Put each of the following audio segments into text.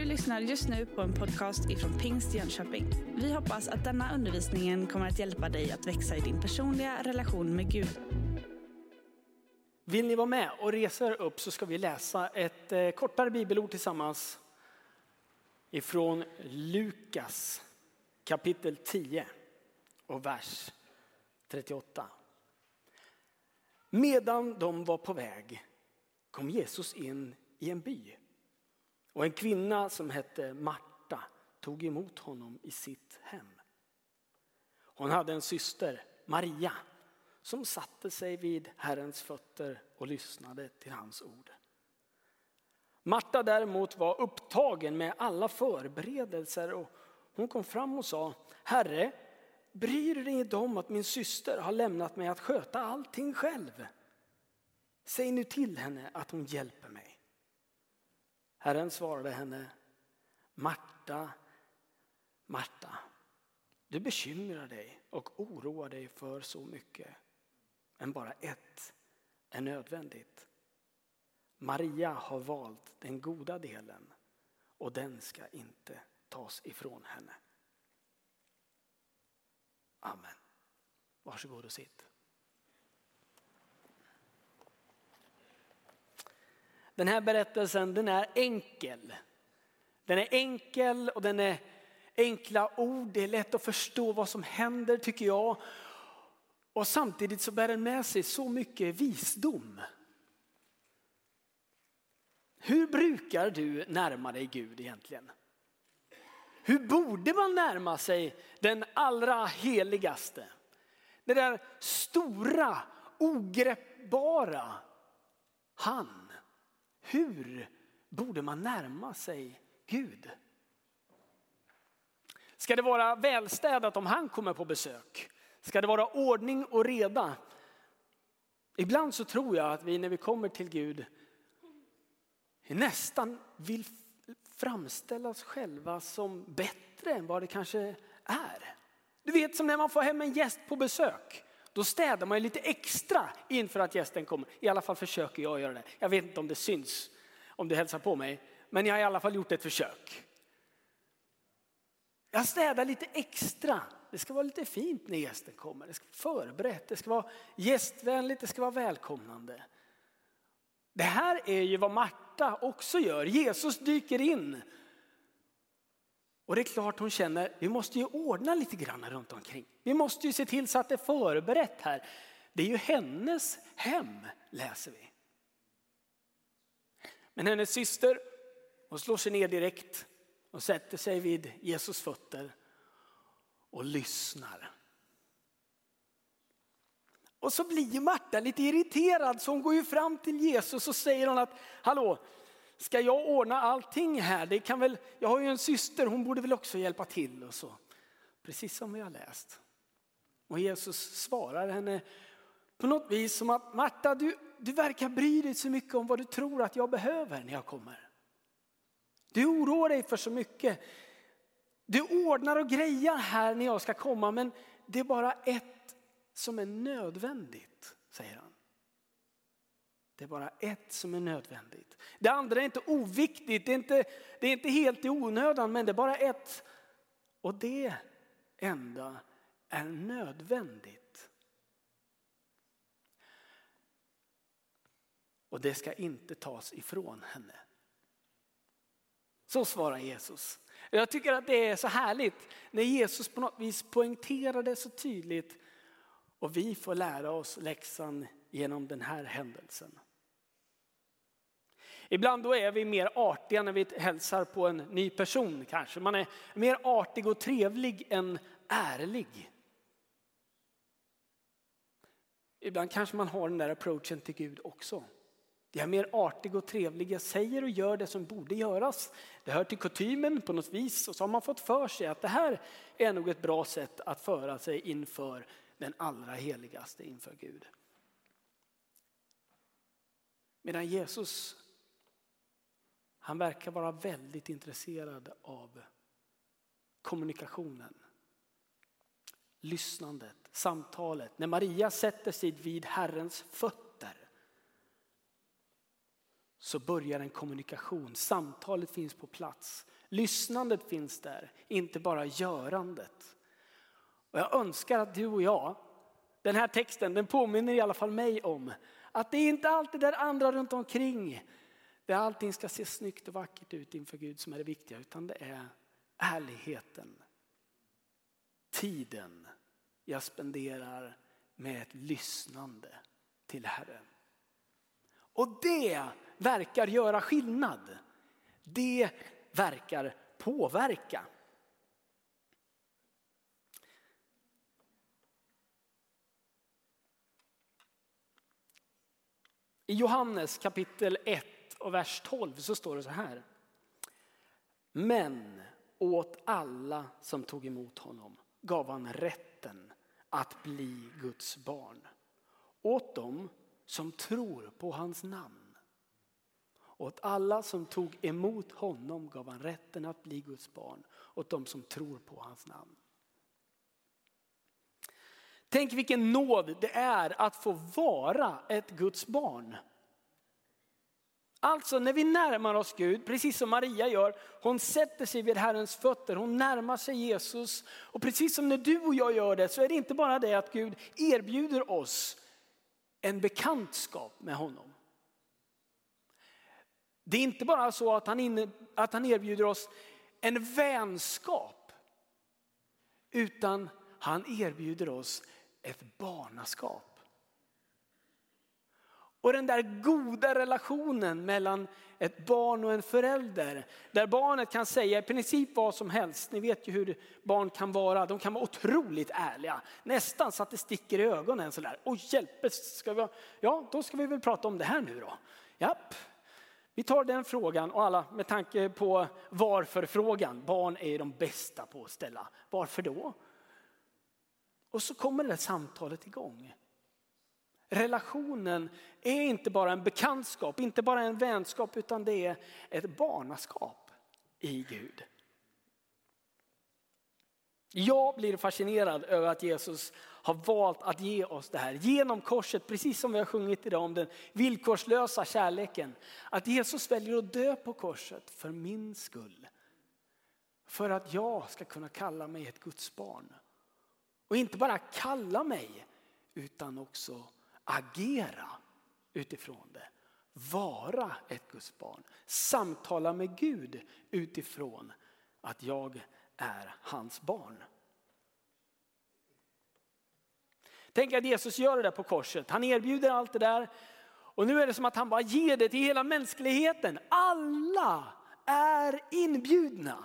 lyssnar just nu på en podcast ifrån Pingst Jönköping. Vi hoppas att denna undervisning kommer att hjälpa dig att växa i din personliga relation med Gud. Vill ni vara med och resa er upp så ska vi läsa ett kortare bibelord tillsammans ifrån Lukas kapitel 10 och vers 38. Medan de var på väg kom Jesus in i en by. Och en kvinna som hette Marta tog emot honom i sitt hem. Hon hade en syster, Maria, som satte sig vid Herrens fötter och lyssnade till hans ord. Marta däremot var upptagen med alla förberedelser och hon kom fram och sa: Herre, bryr dig inte om att min syster har lämnat mig att sköta allting själv? Säg nu till henne att hon hjälper mig. Herren svarade henne: Marta, Marta, du bekymrar dig och oroar dig för så mycket. Men bara ett är nödvändigt. Maria har valt den goda delen och den ska inte tas ifrån henne. Amen. Varsågod och sitt. Den här berättelsen, den är enkel. Den är enkel och den är enkla ord. Det är lätt att förstå vad som händer, tycker jag. Och samtidigt så bär den med sig så mycket visdom. Hur brukar du närma dig Gud egentligen? Hur borde man närma sig den allra heligaste? Det där stora, ogreppbara, han. Hur borde man närma sig Gud? Ska det vara välstädat om han kommer på besök? Ska det vara ordning och reda? Ibland så tror jag att vi när vi kommer till Gud nästan vill framställa oss själva som bättre än vad det kanske är. Du vet, som när man får hem en gäst på besök. Då städar man ju lite extra inför att gästen kommer. I alla fall försöker jag göra det. Jag vet inte om det syns om du hälsar på mig. Men jag har i alla fall gjort ett försök. Jag städar lite extra. Det ska vara lite fint när gästen kommer. Det ska vara förberett. Det ska vara gästvänligt. Det ska vara välkomnande. Det här är ju vad Marta också gör. Jesus dyker in. Och det är klart hon känner, vi måste ju ordna lite grann runt omkring. Vi måste ju se till så att det är förberett här. Det är ju hennes hem, läser vi. Men hennes syster, hon slår sig ner direkt och sätter sig vid Jesus fötter och lyssnar. Och så blir Marta lite irriterad, så hon går ju fram till Jesus och säger hon att, hallå, ska jag ordna allting här? Det kan väl, jag har ju en syster, hon borde väl också hjälpa till och så. Precis som vi har läst. Och Jesus svarar henne på något vis som att, Marta, du verkar bry dig så mycket om vad du tror att jag behöver när jag kommer. Du oroar dig för så mycket. Du ordnar och grejar här när jag ska komma, men det är bara ett som är nödvändigt, säger han. Det är bara ett som är nödvändigt. Det andra är inte oviktigt. Det är inte helt i onödan, men det är bara ett. Och det enda är nödvändigt. Och det ska inte tas ifrån henne. Så svarar Jesus. Jag tycker att det är så härligt när Jesus på något vis poängterar det så tydligt. Och vi får lära oss läxan genom den här händelsen. Ibland då är vi mer artiga när vi hälsar på en ny person kanske. Man är mer artig och trevlig än ärlig. Ibland kanske man har den där approachen till Gud också. Jag är mer artig och trevlig. Jag säger och gör det som borde göras. Det hör till kutymen på något vis. Och så har man fått för sig att det här är nog ett bra sätt att föra sig inför den allra heligaste, inför Gud. Medan Jesus, han verkar vara väldigt intresserad av kommunikationen. Lyssnandet, samtalet. När Maria sätter sig vid Herrens fötter så börjar en kommunikation. Samtalet finns på plats. Lyssnandet finns där, inte bara görandet. Och jag önskar att du och jag, den här texten, den påminner i alla fall mig om att det är inte alltid där andra runt omkring, där allting ska se snyggt och vackert ut inför Gud som är det viktiga, utan det är ärligheten, tiden jag spenderar med ett lyssnande till Herren. Och det verkar göra skillnad. Det verkar påverka. I Johannes kapitel 1 och vers 12 så står det så här. Men åt alla som tog emot honom gav han rätten att bli Guds barn. Åt dem som tror på hans namn. Åt alla som tog emot honom gav han rätten att bli Guds barn. Åt dem som tror på hans namn. Tänk vilken nåd det är att få vara ett Guds barn. Alltså när vi närmar oss Gud, precis som Maria gör, hon sätter sig vid Herrens fötter, hon närmar sig Jesus. Och precis som när du och jag gör det, så är det inte bara det att Gud erbjuder oss en bekantskap med honom. Det är inte bara så att han erbjuder oss en vänskap, utan han erbjuder oss ett barnaskap. Och den där goda relationen mellan ett barn och en förälder, där barnet kan säga i princip vad som helst. Ni vet ju hur barn kan vara. De kan vara otroligt ärliga. Nästan så att det sticker i ögonen sådär. Och hjälpes, då ska vi väl prata om det här nu då. Japp. Vi tar den frågan, och alla med tanke på varför-frågan. Barn är de bästa på att ställa. Varför då? Och så kommer det samtalet igång. Relationen är inte bara en bekantskap, inte bara en vänskap, utan det är ett barnaskap i Gud. Jag blir fascinerad över att Jesus har valt att ge oss det här. Genom korset, precis som vi har sjungit idag om den villkorslösa kärleken. Att Jesus väljer att dö på korset för min skull. För att jag ska kunna kalla mig ett Guds barn. Och inte bara kalla mig, utan också agera utifrån det. Vara ett Guds barn. Samtala med Gud utifrån att jag är hans barn. Tänk att Jesus gör det där på korset. Han erbjuder allt det där. Och nu är det som att han bara ger det till hela mänskligheten. Alla är inbjudna.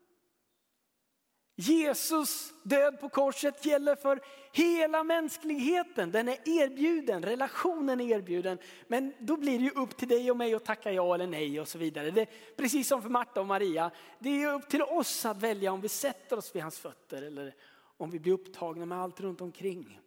Jesus död på korset gäller för hela mänskligheten. Den är erbjuden, relationen är erbjuden. Men då blir det ju upp till dig och mig att tacka ja eller nej och så vidare. Det är precis som för Marta och Maria. Det är upp till oss att välja om vi sätter oss vid hans fötter eller om vi blir upptagna med allt runt omkring.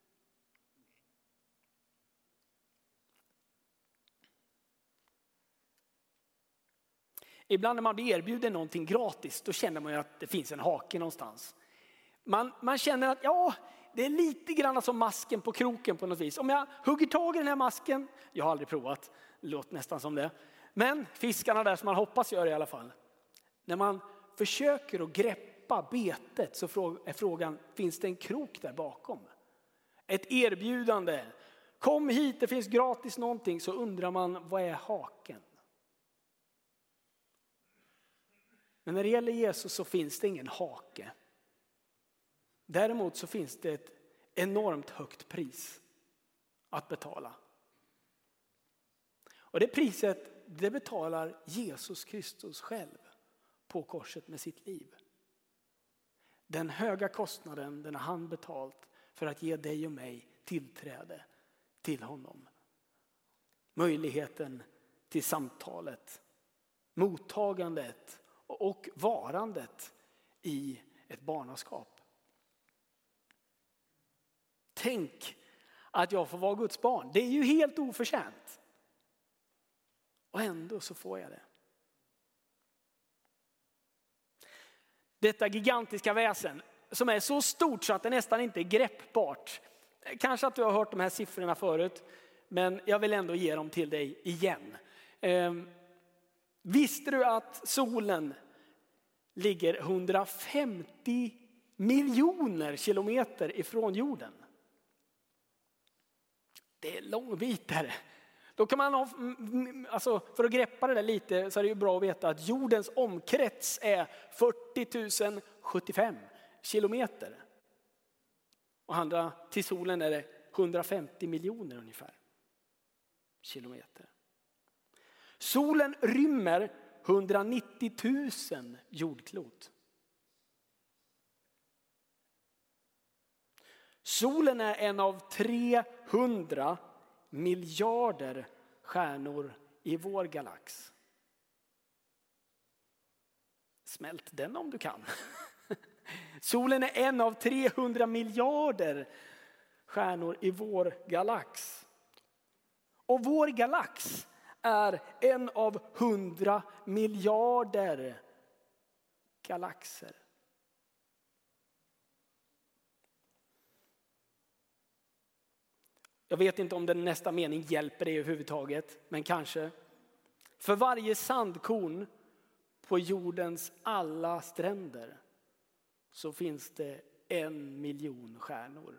Ibland när man blir erbjuden någonting gratis, då känner man ju att det finns en hake någonstans. Man känner att det är lite grann som masken på kroken på något vis. Om jag hugger tag i den här masken, jag har aldrig provat, det låter nästan som det. Men fiskarna där som man hoppas gör i alla fall. När man försöker att greppa betet så är frågan, finns det en krok där bakom? Ett erbjudande, kom hit, det finns gratis någonting, så undrar man, vad är haken? Men när det gäller Jesus så finns det ingen hake. Däremot så finns det ett enormt högt pris att betala. Och det priset, det betalar Jesus Kristus själv på korset med sitt liv. Den höga kostnaden, den har han betalt för att ge dig och mig tillträde till honom. Möjligheten till samtalet, mottagandet och varandet i ett barnaskap. Tänk att jag får vara Guds barn. Det är ju helt oförtjänt. Och ändå så får jag det. Detta gigantiska väsen som är så stort så att det nästan inte är greppbart. Kanske att du har hört de här siffrorna förut, men jag vill ändå ge dem till dig igen. Visste du att solen ligger 150 miljoner kilometer ifrån jorden. Det är långbitare. Då kan man, alltså för att greppa det där lite, så är det ju bra att veta att jordens omkrets är 40 075 kilometer. Och andra till solen är det 150 miljoner ungefär kilometer. Solen rymmer 190 000 jordklot. Solen är en av 300 miljarder stjärnor i vår galax. Smält den om du kan. Solen är en av 300 miljarder stjärnor i vår galax. Och vår galax är en av 100 miljarder galaxer. Jag vet inte om den nästa mening hjälper dig överhuvudtaget, men kanske. För varje sandkorn på jordens alla stränder så finns det 1 miljon stjärnor.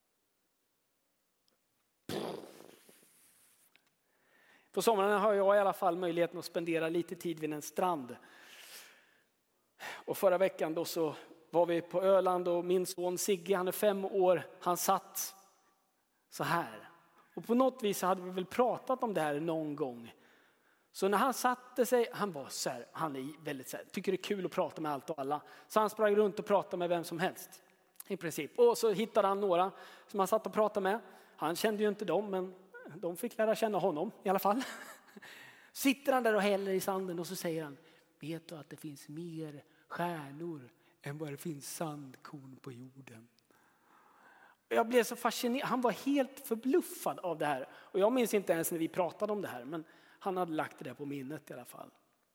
På somrarna har jag i alla fall möjligheten att spendera lite tid vid en strand. Och förra veckan då så var vi på Öland och min son Sigge, han är 5 år, han satt så här. Och på något vis hade vi väl pratat om det här någon gång. Så när han satte sig, han var så här, han är väldigt så här, tycker det är kul att prata med allt och alla. Så han sprang runt och pratade med vem som helst i princip. Och så hittade han några som han satt och pratade med. Han kände ju inte dem, men de fick lära känna honom i alla fall. Sitter han där och häller i sanden och så säger han: vet du att det finns mer stjärnor än vad det finns sandkorn på jorden? Jag blev så fascinerad. Han var helt förbluffad av det här. Och jag minns inte ens när vi pratade om det här, men han hade lagt det där på minnet i alla fall.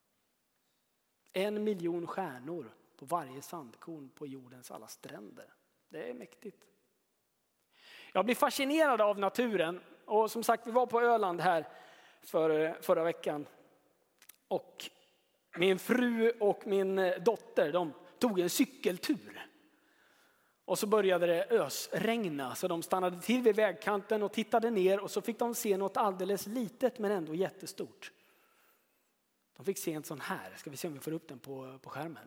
1 miljon stjärnor på varje sandkorn på jordens alla stränder. Det är mäktigt. Jag blir fascinerad av naturen. Och som sagt, vi var på Öland här förra veckan. Och min fru och min dotter, de tog en cykeltur. Och så började det ösregna, så de stannade till vid vägkanten och tittade ner. Och så fick de se något alldeles litet men ändå jättestort. De fick se en sån här. Ska vi se om vi får upp den på skärmen.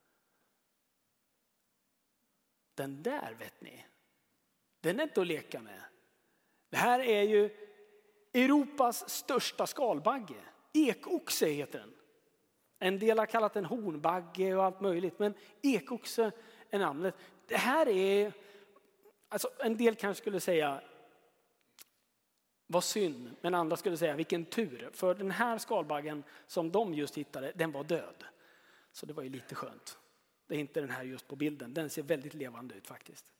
Den där, vet ni. Den är inte att leka med. Det här är ju Europas största skalbagge. Ekoxe heter den. En del har kallat den hornbagge och allt möjligt. Men ekoxe är namnet. Det här är, alltså en del kanske skulle säga vad synd. Men andra skulle säga vilken tur. För den här skalbaggen som de just hittade, den var död. Så det var ju lite skönt. Det är inte den här just på bilden. Den ser väldigt levande ut faktiskt.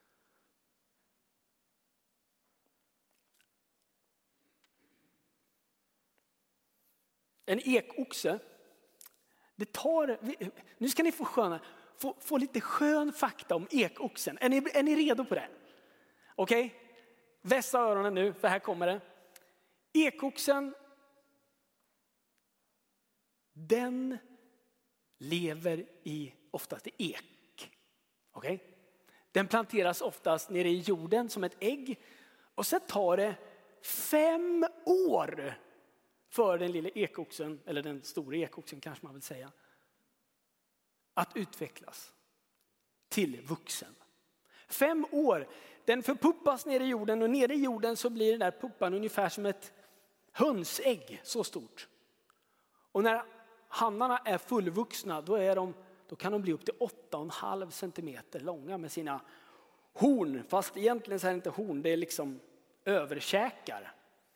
En ekoxe, det tar, nu ska ni få lite skön fakta om ekoxen. Är ni redo på det? Okej? Vässa öronen nu, för här kommer det. Ekoxen, den lever oftast i ek. Okej? Den planteras oftast nere i jorden som ett ägg. Och sen tar det 5 år för den lilla ekoxen, eller den stora ekoxen kanske man vill säga, att utvecklas till vuxen. 5 år. Den förpuppas ner i jorden, och nere i jorden så blir den där puppan ungefär som ett hönsägg, så stort. Och när hannarna är fullvuxna, då kan de bli upp till 8,5 centimeter långa med sina horn. Fast egentligen så är det inte horn, det är liksom överkäkar.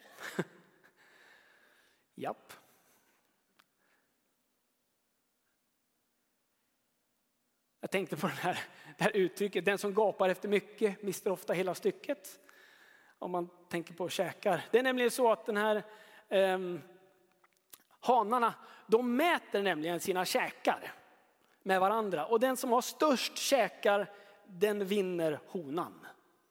Japp. Jag tänkte på det här uttrycket. Den som gapar efter mycket mister ofta hela stycket. Om man tänker på käkar. Det är nämligen så att den här hanarna, de mäter nämligen sina käkar med varandra. Och den som har störst käkar, den vinner honan.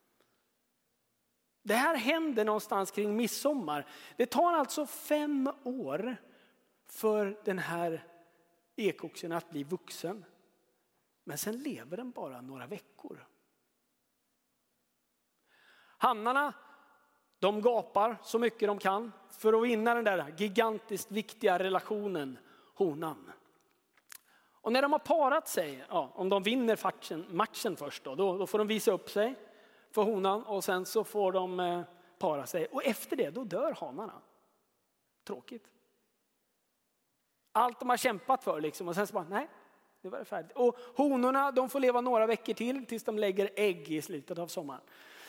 Det här händer någonstans kring midsommar. Det tar alltså 5 år för den här ekoxen att bli vuxen. Men sen lever den bara några veckor. hannarna, de gapar så mycket de kan för att vinna den där gigantiskt viktiga relationen, honan. Och när de har parat sig, om de vinner matchen först då får de visa upp sig för honan och sen så får de para sig. Och efter det då dör hanarna. Tråkigt. Allt de har kämpat för liksom, och sen så bara nej, det var det färdigt. Och honorna, de får leva några veckor till tills de lägger ägg i slutet av sommaren.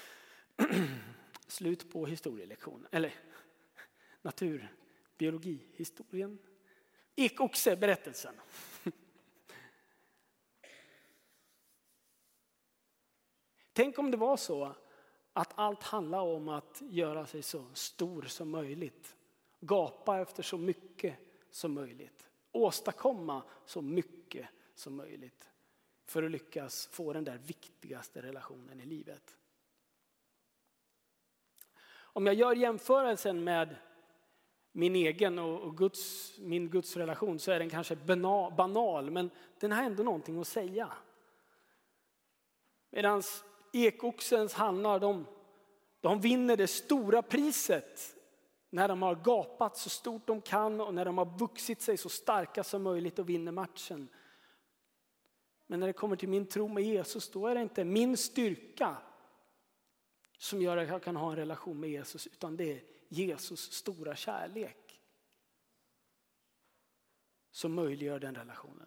Slut på historielektionen, eller naturbiologihistorien. Ekoxe berättelsen. Tänk om det var så att allt handlar om att göra sig så stor som möjligt. Gapa efter så mycket som möjligt. Åstadkomma så mycket som möjligt. För att lyckas få den där viktigaste relationen i livet. Om jag gör jämförelsen med min egen och min Guds relation så är den kanske banal. Men den har ändå någonting att säga. Medan ekoxens hannar, de vinner det stora priset när de har gapat så stort de kan och när de har vuxit sig så starka som möjligt och vinner matchen. Men när det kommer till min tro med Jesus, då är det inte min styrka som gör att jag kan ha en relation med Jesus, utan det är Jesus stora kärlek som möjliggör den relationen.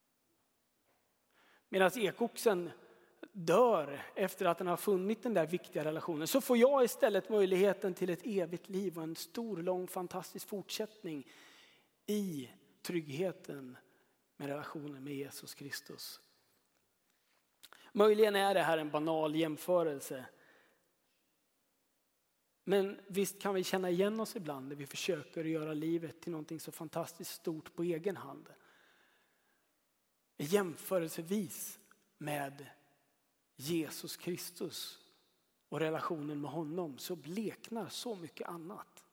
Medan ekoxen dör efter att den har funnit den där viktiga relationen, så får jag istället möjligheten till ett evigt liv och en stor, lång, fantastisk fortsättning i tryggheten med relationen med Jesus Kristus. Möjligen är det här en banal jämförelse. Men visst kan vi känna igen oss ibland när vi försöker göra livet till någonting så fantastiskt stort på egen hand. Jämförelsevis med Jesus Kristus och relationen med honom så bleknar så mycket annat.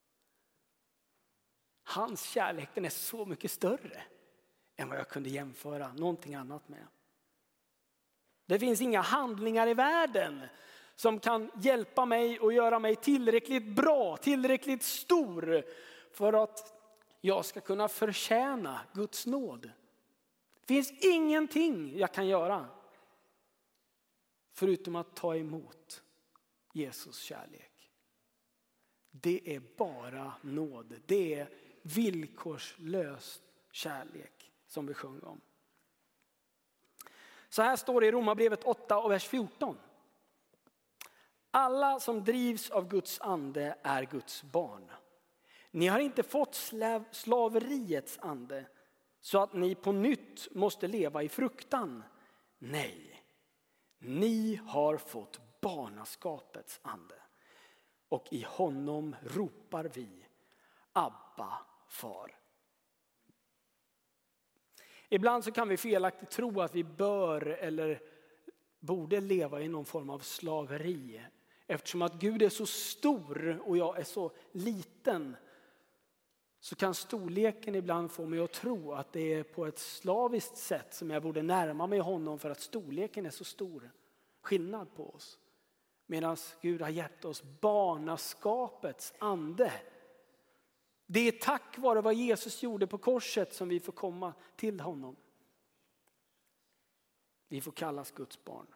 Hans kärlek, den är så mycket större än vad jag kunde jämföra någonting annat med. Det finns inga handlingar i världen som kan hjälpa mig och göra mig tillräckligt bra, tillräckligt stor för att jag ska kunna förtjäna Guds nåd. Det finns ingenting jag kan göra förutom att ta emot Jesus kärlek. Det är bara nåd. Det är villkorslös kärlek som vi sjunger om. Så här står det i Romarbrevet 8 och vers 14. Alla som drivs av Guds ande är Guds barn. Ni har inte fått slaveriets ande så att ni på nytt måste leva i fruktan. Nej, ni har fått barnaskapets ande. Och i honom ropar vi Abba, far. Ibland så kan vi felaktigt tro att vi bör eller borde leva i någon form av slaveri. Eftersom att Gud är så stor och jag är så liten, så kan storleken ibland få mig att tro att det är på ett slaviskt sätt som jag borde närma mig honom för att storleken är så stor. Skillnad på oss. Medan Gud har gett oss barnaskapets ande. Det är tack vare vad Jesus gjorde på korset som vi får komma till honom. Vi får kallas Guds barn.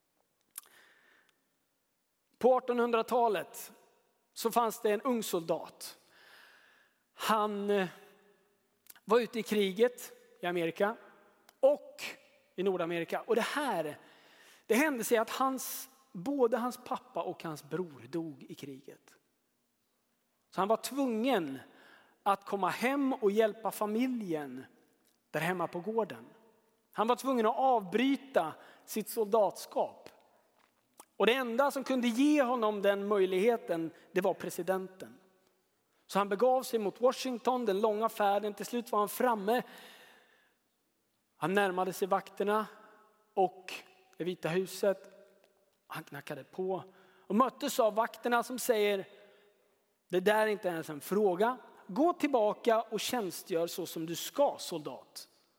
På 1800-talet så fanns det en ung soldat. Han var ute i kriget i Amerika och i Nordamerika. Och det hände sig att både hans pappa och hans bror dog i kriget. Så han var tvungen att komma hem och hjälpa familjen där hemma på gården. Han var tvungen att avbryta sitt soldatskap. Och det enda som kunde ge honom den möjligheten, det var presidenten. Så han begav sig mot Washington, den långa färden. Till slut var han framme. Han närmade sig vakterna och det Vita huset. Han knackade på och möttes av vakterna som säger: det där är inte ens en fråga. Gå tillbaka och tjänstgör så som du ska, soldat.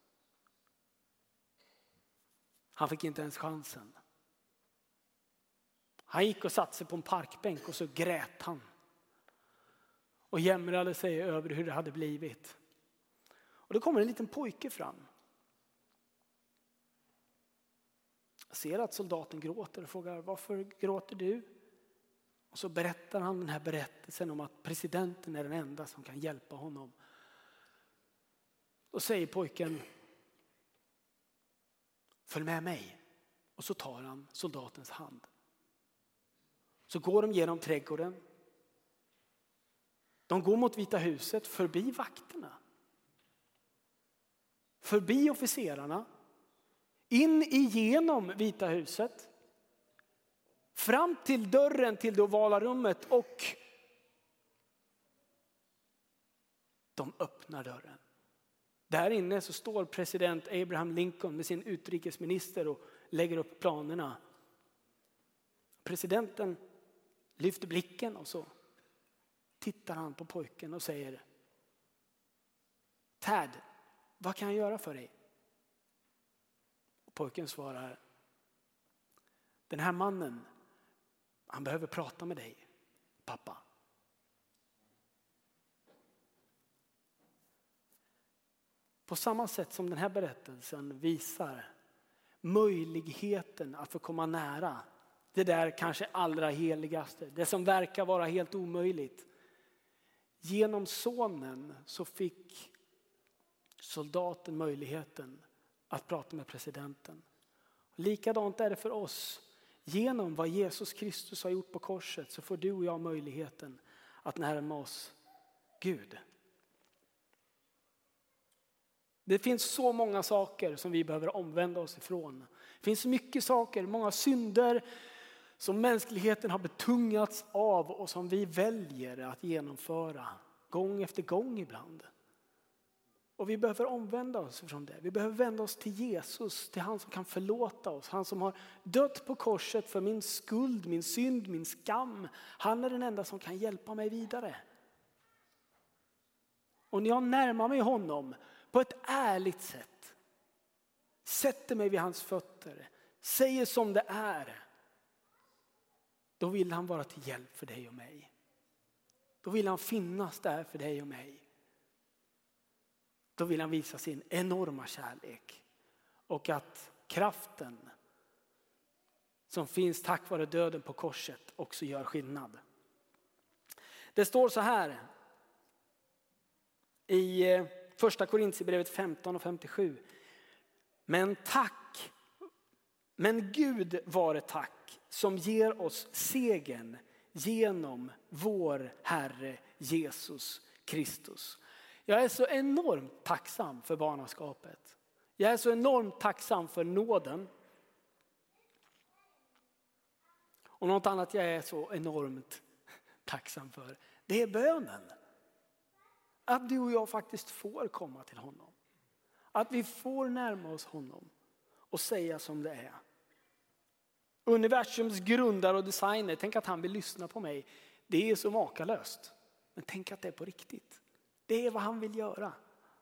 Han fick inte ens chansen. Han gick och satte sig på en parkbänk och så grät han. Och jämrade sig över hur det hade blivit. Och då kommer en liten pojke fram. Jag ser att soldaten gråter och frågar: varför gråter du? Och så berättar han den här berättelsen om att presidenten är den enda som kan hjälpa honom. Då säger pojken: följ med mig. Och så tar han soldatens hand. Så går de genom trädgården. De går mot Vita huset, förbi vakterna. Förbi officerarna. In igenom Vita huset. Fram till dörren till det ovala rummet och de öppnar dörren. Där inne så står president Abraham Lincoln med sin utrikesminister och lägger upp planerna. Presidenten lyfter blicken och så tittar han på pojken och säger: Tad, vad kan jag göra för dig? Och pojken svarar: den här mannen, han behöver prata med dig, pappa. På samma sätt som den här berättelsen visar möjligheten att få komma nära det där kanske allra heligaste, det som verkar vara helt omöjligt. Genom sonen så fick soldaten möjligheten att prata med presidenten. Likadant är det för oss. Genom vad Jesus Kristus har gjort på korset så får du och jag möjligheten att närma oss Gud. Det finns så många saker som vi behöver omvända oss ifrån. Det finns mycket saker, många synder som mänskligheten har betungats av och som vi väljer att genomföra gång efter gång ibland. Och vi behöver omvända oss från det. Vi behöver vända oss till Jesus, till han som kan förlåta oss. Han som har dött på korset för min skuld, min synd, min skam. Han är den enda som kan hjälpa mig vidare. Och när jag närmar mig honom på ett ärligt sätt, sätter mig vid hans fötter, säger som det är, då vill han vara till hjälp för dig och mig. Då vill han finnas där för dig och mig. Då vill han visa sin enorma kärlek. Och att kraften som finns tack vare döden på korset också gör skillnad. Det står så här i första Korinthierbrevet 15 och 57. Men Gud vare tack som ger oss segern genom vår Herre Jesus Kristus. Jag är så enormt tacksam för barnaskapet. Jag är så enormt tacksam för nåden. Och något annat jag är så enormt tacksam för, det är bönen. Att du och jag faktiskt får komma till honom. Att vi får närma oss honom och säga som det är. Universums grundare och designer, tänk att han vill lyssna på mig. Det är så makalöst. Men tänk att det är på riktigt. Det är vad han vill göra.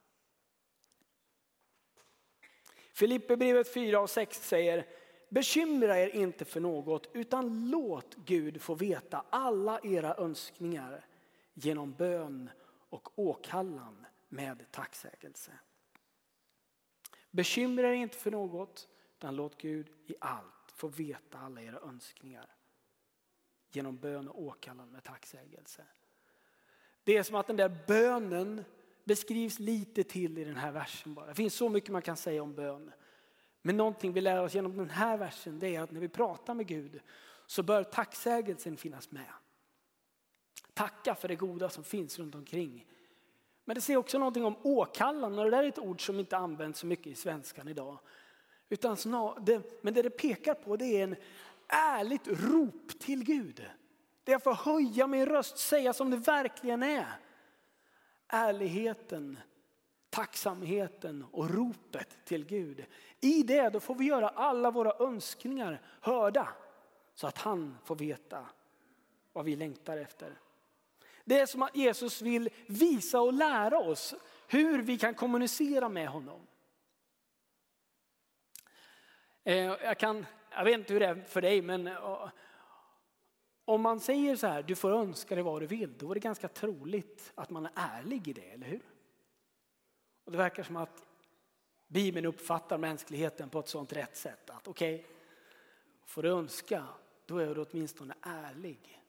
Filipperbrevet 4 och 6 säger: bekymra er inte för något, utan låt Gud få veta alla era önskningar genom bön och åkallan med tacksägelse. Bekymra er inte för något, utan låt Gud i allt få veta alla era önskningar genom bön och åkallan med tacksägelse. Det är som att den där bönen beskrivs lite till i den här versen bara. Det finns så mycket man kan säga om bön. Men någonting vi lär oss genom den här versen, det är att när vi pratar med Gud så bör tacksägelsen finnas med. Tacka för det goda som finns runt omkring. Men det säger också någonting om åkallan, och det där är ett ord som inte används så mycket i svenskan idag. Utan men det pekar på, det är en ärligt rop till Gud. Det är att få höja min röst, säga som det verkligen är. Ärligheten, tacksamheten och ropet till Gud. I det då får vi göra alla våra önskningar hörda. Så att han får veta vad vi längtar efter. Det är som att Jesus vill visa och lära oss hur vi kan kommunicera med honom. Jag vet inte hur det är för dig, men om man säger så här, du får önska dig vad du vill, då är det ganska troligt att man är ärlig i det, eller hur? Och det verkar som att Bibeln uppfattar mänskligheten på ett sånt rätt sätt. Att okej, får du önska, då är du åtminstone ärlig.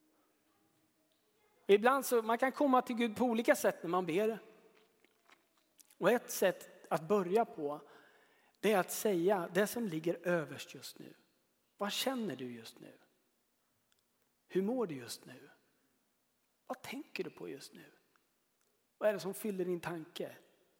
Ibland så man kan komma till Gud på olika sätt när man ber. Och ett sätt att börja på, det är att säga det som ligger överst just nu. Vad känner du just nu? Hur mår du just nu? Vad tänker du på just nu? Vad är det som fyller din tanke?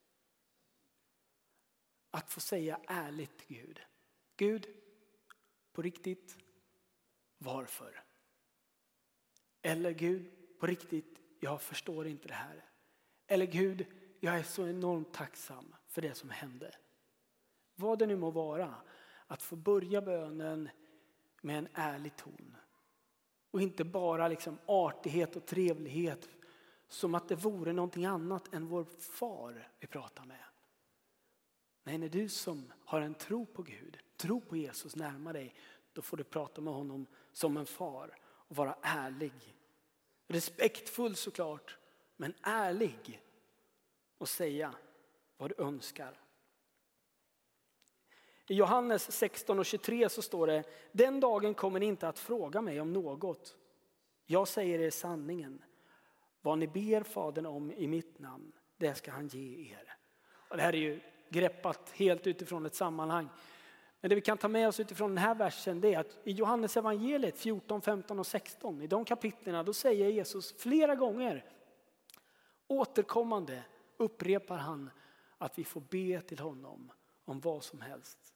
Att få säga ärligt till Gud. Gud, på riktigt, varför? Eller Gud, på riktigt, jag förstår inte det här. Eller Gud, jag är så enormt tacksam för det som hände. Vad det nu må vara, att få börja bönen med en ärlig ton. Och inte bara liksom artighet och trevlighet, som att det vore någonting annat än vår far vi pratar med. Nej, när du som har en tro på Gud, tro på Jesus närmar dig, då får du prata med honom som en far och vara ärlig. Respektfull såklart, men ärlig. Och säga vad du önskar. I Johannes 16:23 så står det: den dagen kommer ni inte att fråga mig om något. Jag säger er sanningen. Vad ni ber Fadern om i mitt namn, det ska han ge er. Och det här är ju greppat helt utifrån ett sammanhang. Men det vi kan ta med oss utifrån den här versen, det är att i Johannes evangeliet 14, 15 och 16, i de kapitlerna, då säger Jesus flera gånger, återkommande upprepar han att vi får be till honom om vad som helst.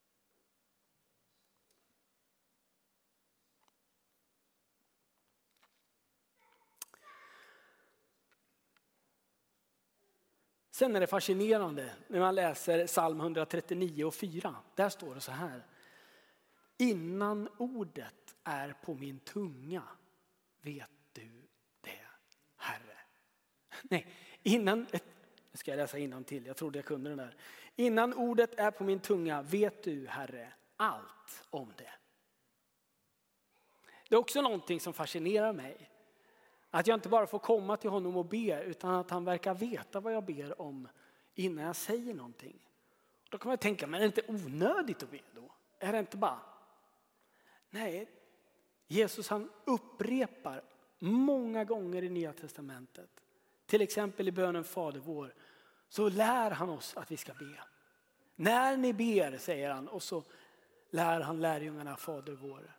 Sen är det fascinerande när man läser psalm 139 och 4. Där står det så här: innan ordet är på min tunga, vet du det, Herre. Nej, nu ska jag läsa innantill. Jag trodde jag kunde den där. Innan ordet är på min tunga, vet du, Herre, allt om det. Det är också någonting som fascinerar mig. Att jag inte bara får komma till honom och be, utan att han verkar veta vad jag ber om innan jag säger någonting. Då kan man tänka, men är det inte onödigt att be då? Är det inte bara? Nej, Jesus han upprepar många gånger i Nya testamentet. Till exempel i bönen Fader vår, så lär han oss att vi ska be. När ni ber, säger han, och så lär han lärjungarna Fader vår.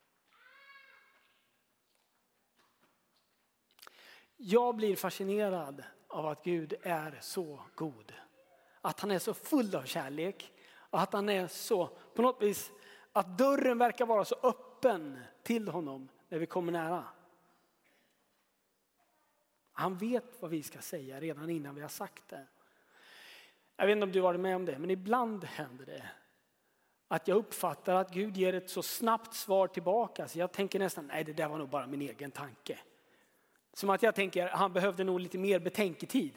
Jag blir fascinerad av att Gud är så god. Att han är så full av kärlek. Och att han är så, på något vis, att dörren verkar vara så öppen till honom när vi kommer nära. Han vet vad vi ska säga redan innan vi har sagt det. Jag vet inte om du var med om det, men ibland händer det att jag uppfattar att Gud ger ett så snabbt svar tillbaka. Så jag tänker nästan, nej, det där var nog bara min egen tanke. Som att jag tänker, han behövde nog lite mer betänketid.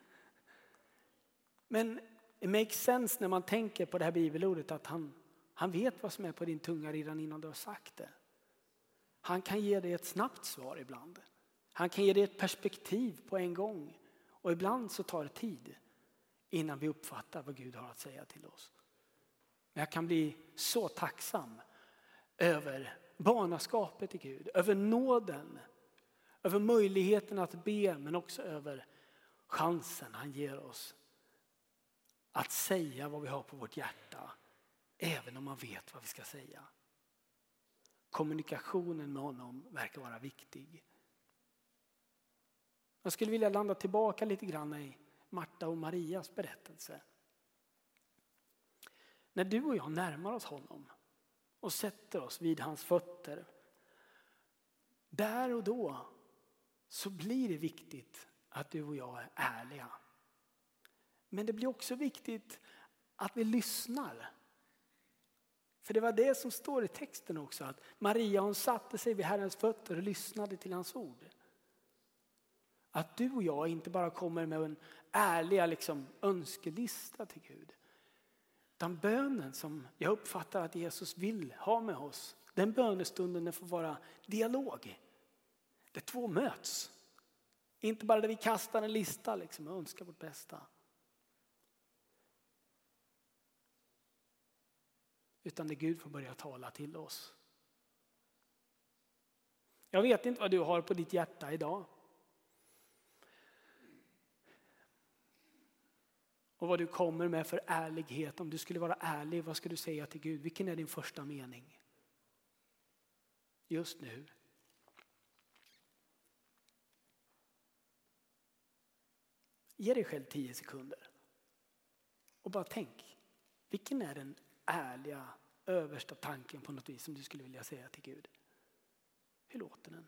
Men it makes sense när man tänker på det här bibelordet att han vet vad som är på din tunga redan innan du har sagt det. Han kan ge dig ett snabbt svar ibland. Han kan ge dig ett perspektiv på en gång. Och ibland så tar det tid innan vi uppfattar vad Gud har att säga till oss. Men jag kan bli så tacksam över barnaskapet i Gud, över nåden, över möjligheten att be, men också över chansen han ger oss att säga vad vi har på vårt hjärta, även om man vet vad vi ska säga. Kommunikationen med honom verkar vara viktig. Jag skulle vilja landa tillbaka lite grann i Marta och Marias berättelse. När du och jag närmar oss honom och sätter oss vid hans fötter, där och då så blir det viktigt att du och jag är ärliga. Men det blir också viktigt att vi lyssnar. För det var det som står i texten också, att Maria hon satte sig vid Herrens fötter och lyssnade till hans ord. Att du och jag inte bara kommer med en ärlig önskelista till Gud, Den bönen som jag uppfattar att Jesus vill ha med oss, den bönestunden får vara dialog. Där två möts. Inte bara där vi kastar en lista liksom, och önskar vårt bästa. Utan där Gud får börja tala till oss. Jag vet inte vad du har på ditt hjärta idag. Och vad du kommer med för ärlighet. Om du skulle vara ärlig, vad ska du säga till Gud? Vilken är din första mening? Just nu. Ge dig själv 10 sekunder. Och bara tänk. Vilken är den ärliga, översta tanken på något vis som du skulle vilja säga till Gud? Hur låter den?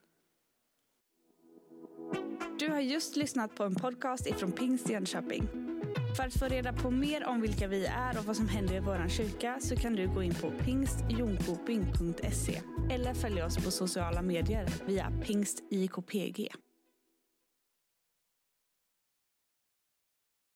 Du har just lyssnat på en podcast ifrån Pingst Jönköping. För att få reda på mer om vilka vi är och vad som händer i våran kyrka så kan du gå in på pingstjonkoping.se eller följa oss på sociala medier via pingstjkpg.